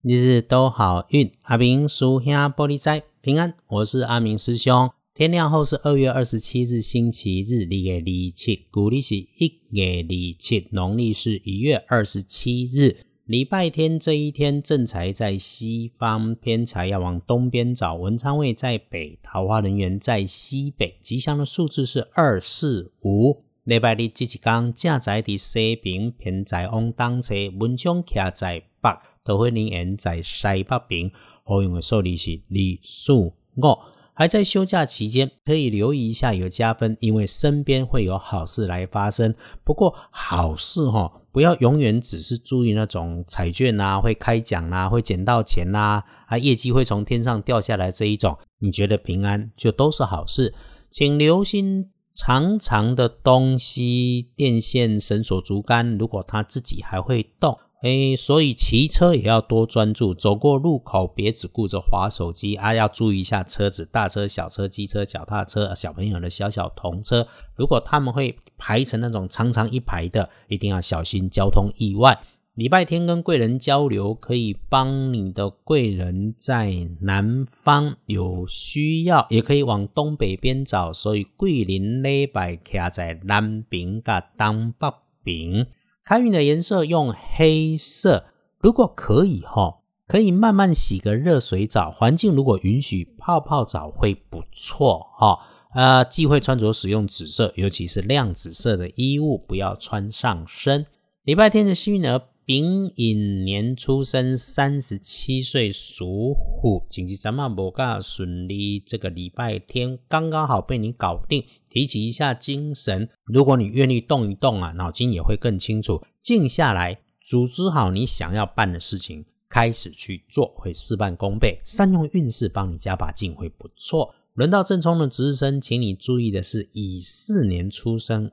日日都好运，阿明师兄玻璃斋平安，我是阿明师兄。天亮后是2月27日星期日，日月27，古历是1月27，农历是1月27日。礼拜天这一天，正财在西方，偏财要往东边找，文昌位在北，桃花人缘在西北，吉祥的数字是245。礼拜日这一天，正财在西边，偏财往东侧，文昌徛在北，桃花人缘在西北边，好用的数字是2、4、5。还在休假期间，可以留意一下有加分，因为身边会有好事来发生。不过好事不要永远只是注意那种彩券啊，会开奖啊，会捡到钱啊，业绩会从天上掉下来这一种，你觉得平安就都是好事。请留心长长的东西，电线、绳索、竹竿，如果它自己还会动，所以骑车也要多专注，走过路口别只顾着滑手机要注意一下车子，大车、小车、机车、脚踏车，小朋友的小小童车，如果他们会排成那种长长一排的，一定要小心交通意外。礼拜天跟贵人交流，可以帮你的贵人在南方有需要，也可以往东北边找，所以贵人礼拜徛在南边跟东北边。开运的颜色用黑色，如果可以可以慢慢洗个热水澡，环境如果允许泡泡澡会不错忌讳穿着使用紫色，尤其是亮紫色的衣物不要穿上身。礼拜天的幸运儿丙寅年出生，37岁属虎，经济咱们不够顺利，这个礼拜天刚刚好被你搞定，提起一下精神，如果你愿意动一动脑筋也会更清楚，静下来组织好你想要办的事情，开始去做，会事半功倍，善用运势帮你加把劲会不错。轮到正冲的值日生，请你注意的是乙巳年出生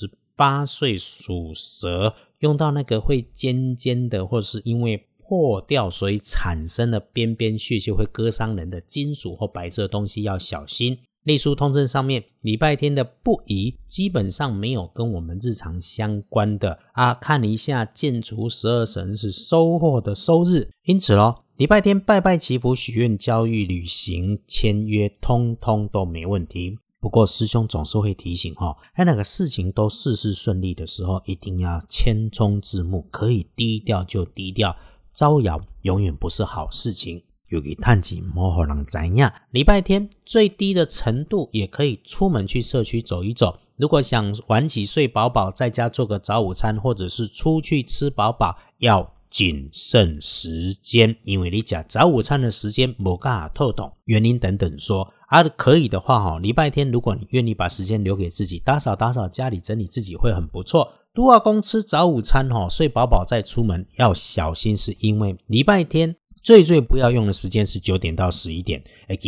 ，58岁属蛇，用到那个会尖尖的，或是因为破掉所以产生的边边屑屑会割伤人的金属或白色的东西要小心。历书通证上面礼拜天的不宜基本上没有跟我们日常相关的看一下建除12神是收获的收日，因此礼拜天拜拜祈福许愿教育旅行签约通通都没问题。不过师兄总是会提醒在那个事情都事事顺利的时候，一定要谦冲自牧，可以低调就低调，招摇永远不是好事情。尤其探钱不让人知道，礼拜天最低的程度也可以出门去社区走一走，如果想晚起睡饱饱，在家做个早午餐，或者是出去吃饱饱，要谨慎时间，因为你吃早午餐的时间没办法透懂，原因等等说可以的话礼拜天如果你愿意把时间留给自己，打扫打扫家里，整理自己会很不错。都阿公吃早午餐睡饱饱再出门要小心，是因为礼拜天最不要用的时间是9点到11点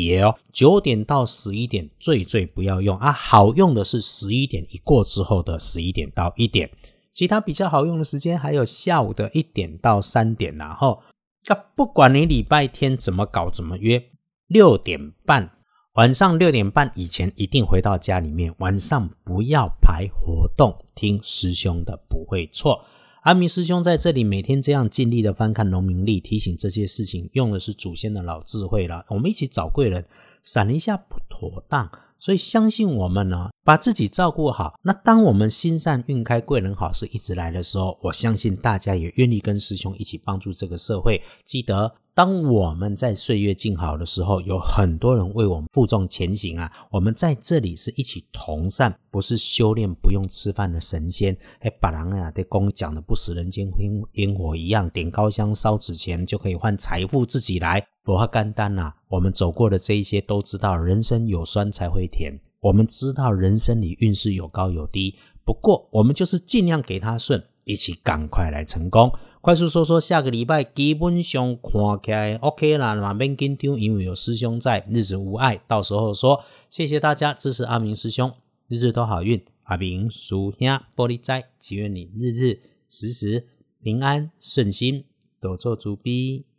，9点到11点最不要用好用的是11点一过之后的11点到1点，其他比较好用的时间还有下午的1点到3点不管你礼拜天怎么搞怎么约，6点半晚上6点半以前一定回到家里面，晚上不要排活动，听师兄的不会错。阿明师兄在这里每天这样尽力的翻看农民历，提醒这些事情用的是祖先的老智慧啦，我们一起找贵人，闪一下不妥当，所以相信我们把自己照顾好，那当我们心善运开，贵人好事一直来的时候，我相信大家也愿意跟师兄一起帮助这个社会。记得当我们在岁月静好的时候，有很多人为我们负重前行我们在这里是一起同善，不是修炼不用吃饭的神仙把人在公讲的不食人间烟火一样，点高香烧纸钱就可以换财富自己来，不那么简单我们走过的这一些都知道，人生有酸才会甜，我们知道人生里运势有高有低，不过我们就是尽量给它顺，一起赶快来成功。快速说说下个礼拜基本上看起来 OK 啦，不用紧张，因为有师兄在，日子无碍，到时候说。谢谢大家支持阿明师兄，日日都好运，阿明师兄玻璃斋，祈愿你日日时时平安顺心，多做主逼。